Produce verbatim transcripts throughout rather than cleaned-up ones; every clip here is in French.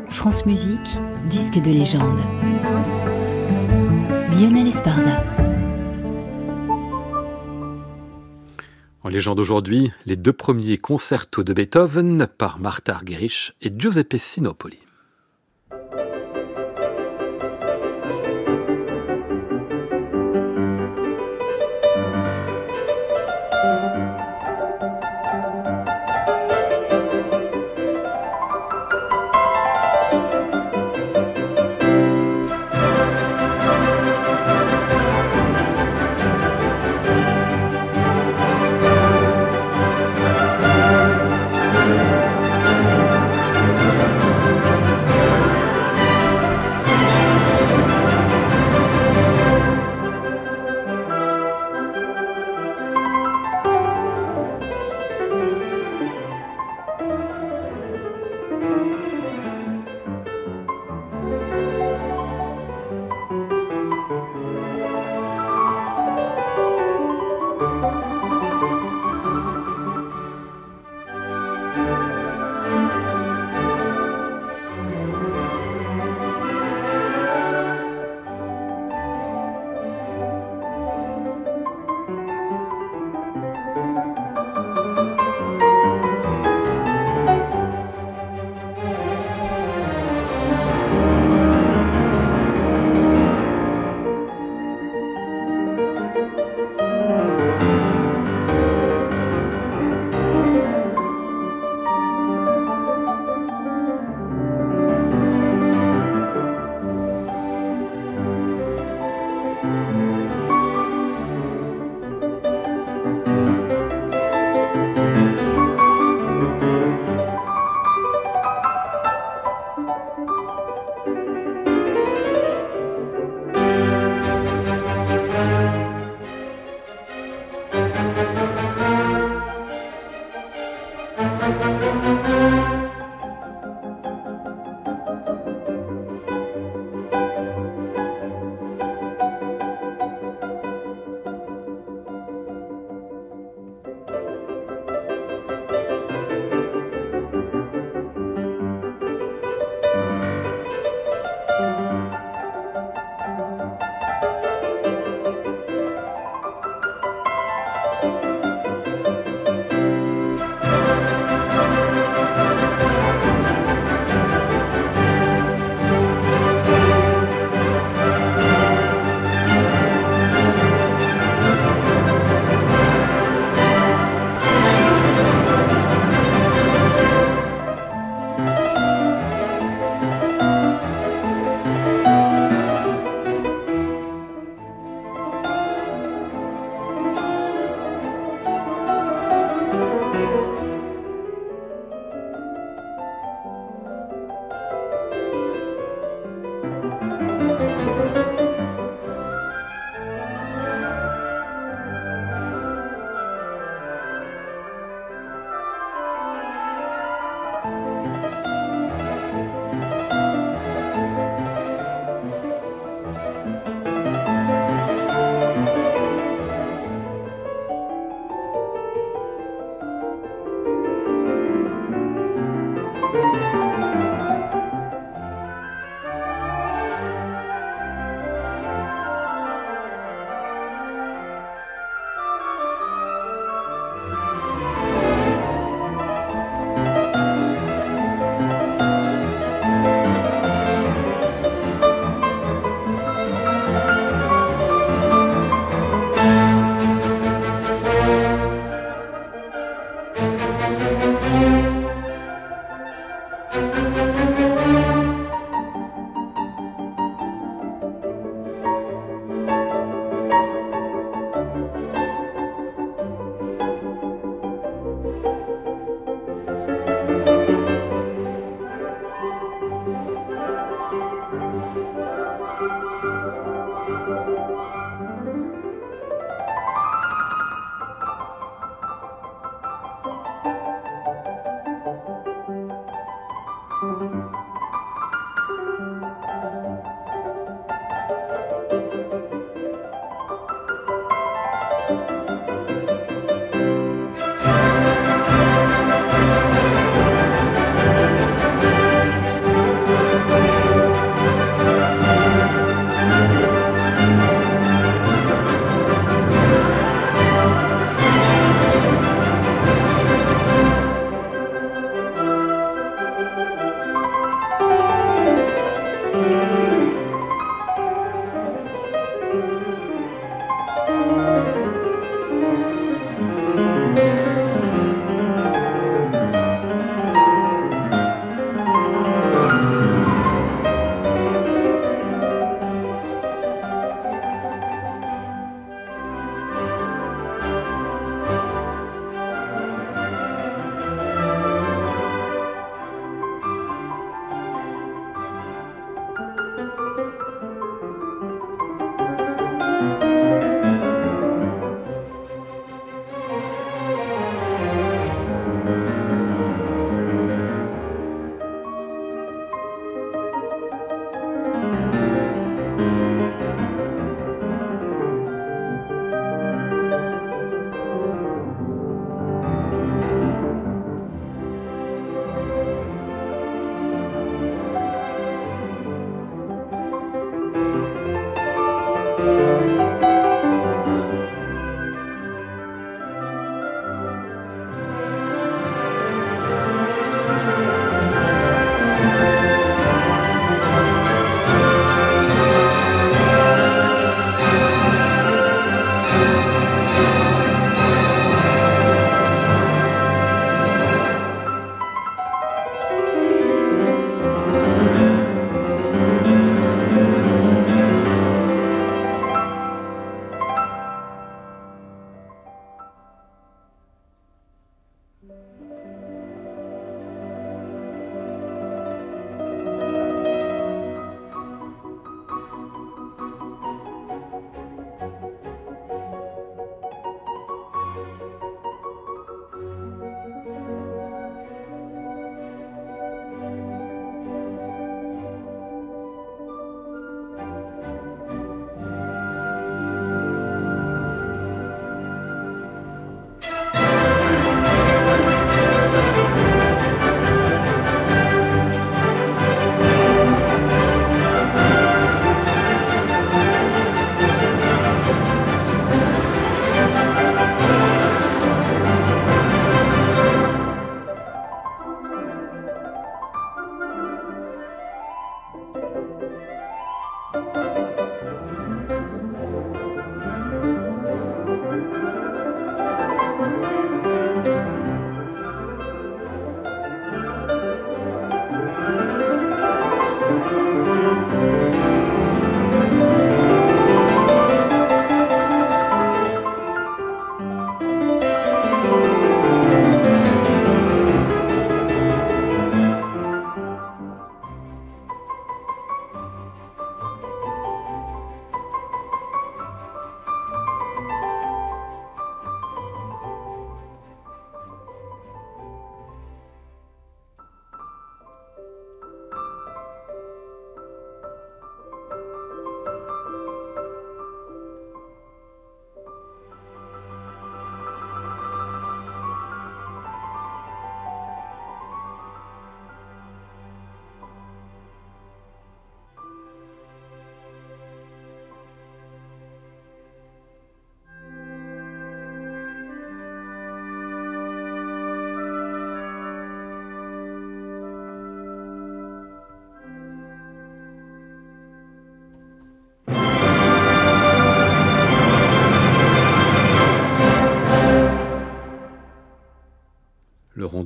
France Musique, disque de légende. Lionel Esparza. En légende aujourd'hui, les deux premiers concertos de Beethoven par Martha Argerich et Giuseppe Sinopoli.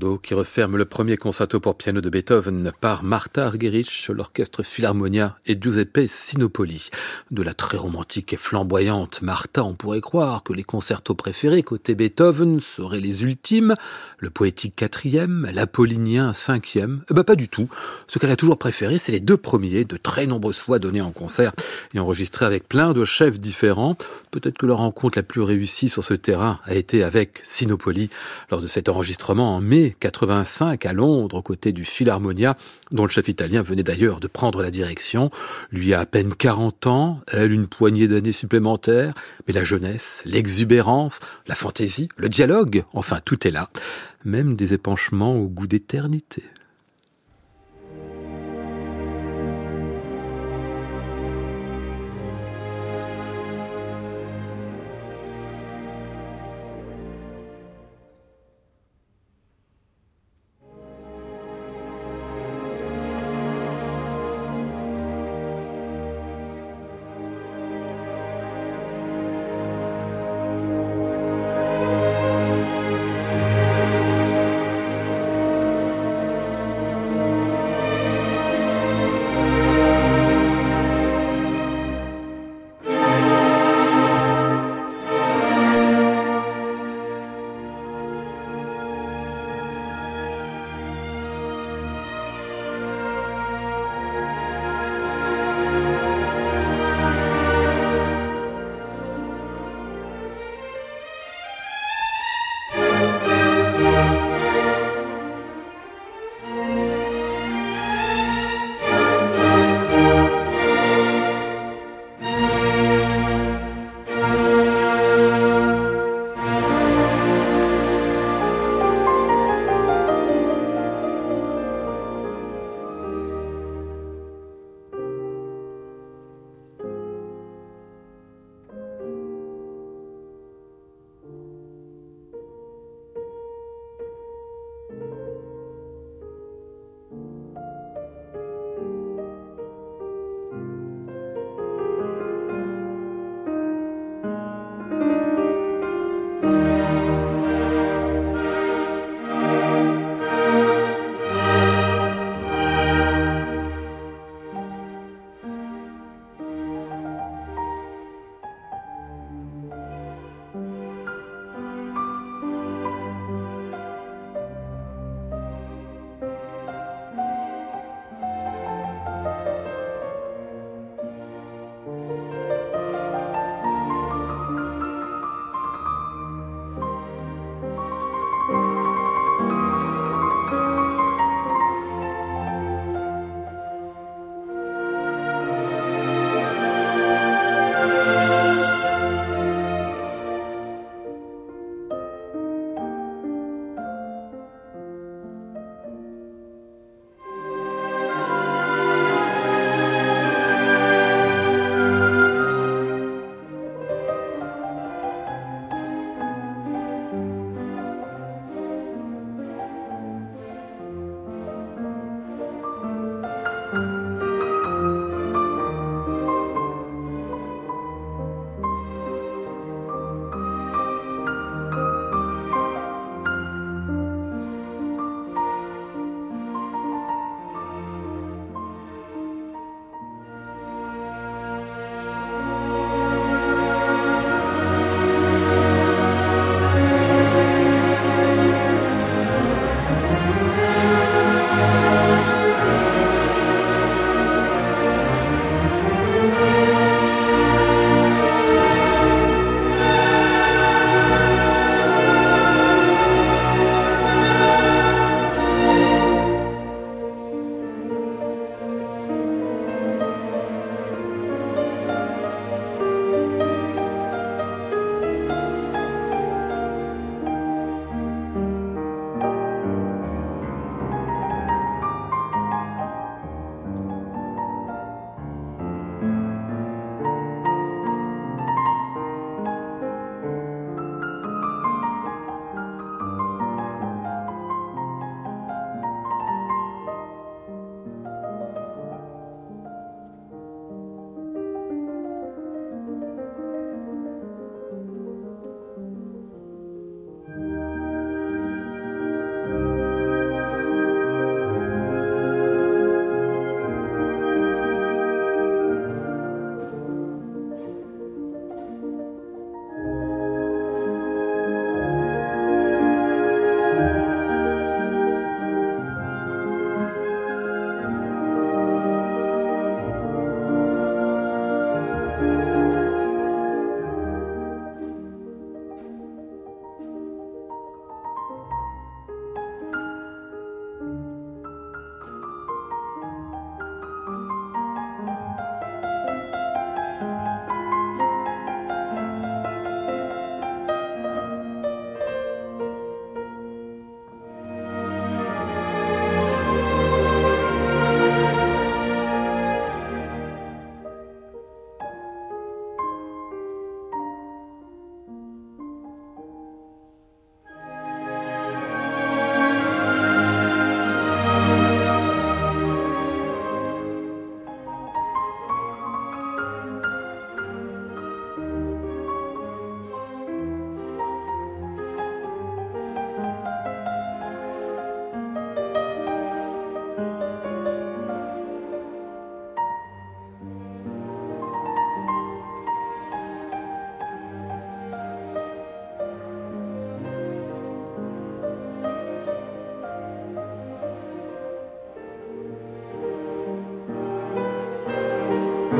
crescendo qui referme le premier concerto pour piano de Beethoven par Martha Argerich, l'orchestre Philharmonia et Giuseppe Sinopoli. De la très romantique et flamboyante Martha, on pourrait croire que les concertos préférés côté Beethoven seraient les ultimes, le poétique quatrième, l'apollinien cinquième. Eh ben pas du tout. Ce qu'elle a toujours préféré, c'est les deux premiers, de très nombreuses fois donnés en concert et enregistrés avec plein de chefs différents. Peut-être que leur rencontre la plus réussie sur ce terrain a été avec Sinopoli, lors de cet enregistrement en mai quatre-vingt-cinq à Londres, aux côtés du Philharmonia, dont le chef italien venait d'ailleurs de prendre la direction. Lui a à peine quarante ans, elle une poignée d'années supplémentaires, mais la jeunesse, l'exubérance, la fantaisie, le dialogue, enfin tout est là, même des épanchements au goût d'éternité.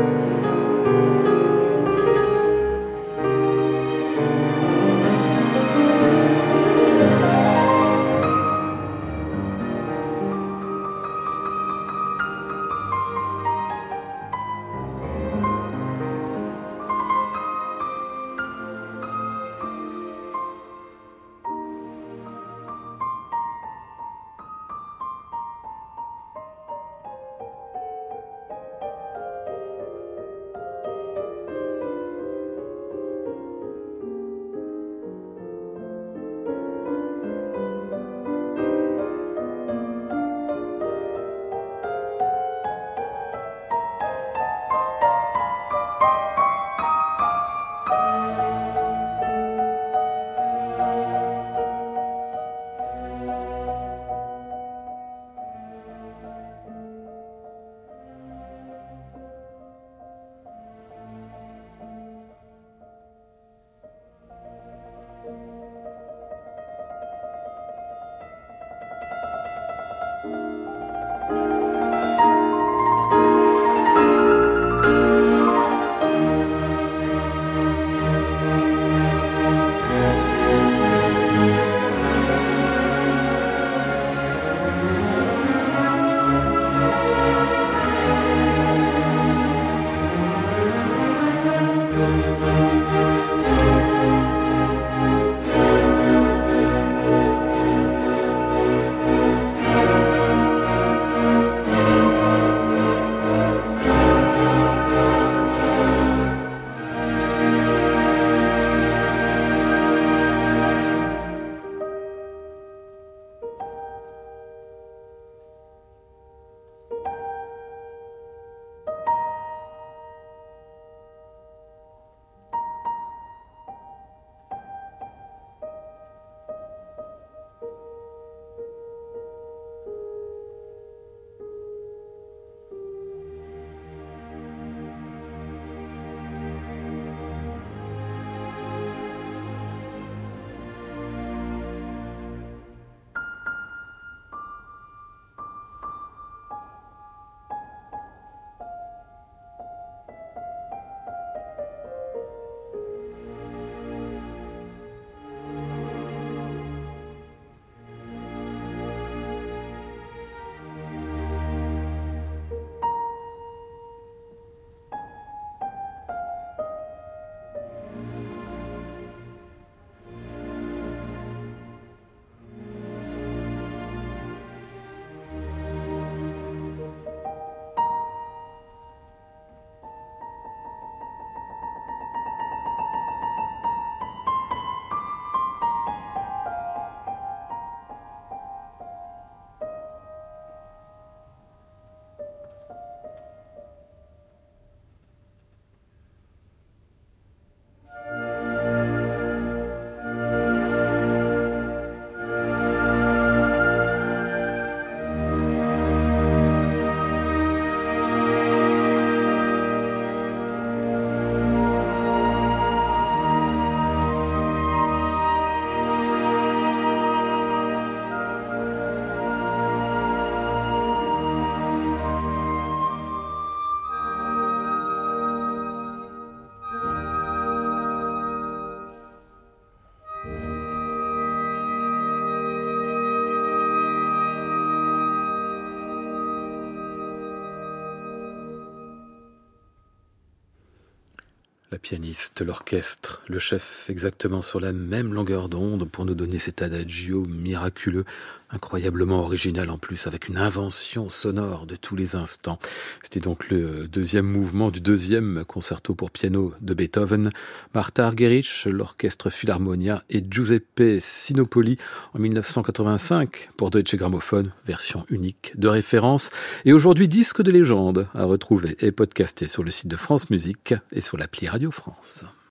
La pianiste, l'orchestre, le chef exactement sur la même longueur d'onde pour nous donner cet adagio miraculeux, incroyablement original en plus, avec une invention sonore de tous les instants. C'était donc le deuxième mouvement du deuxième concerto pour piano de Beethoven. Martha Argerich, l'orchestre Philharmonia et Giuseppe Sinopoli en mille neuf cent quatre-vingt-cinq pour Deutsche Grammophon, version unique de référence. Et aujourd'hui, disque de légende à retrouver et podcasté sur le site de France Musique et sur l'appli Radio France.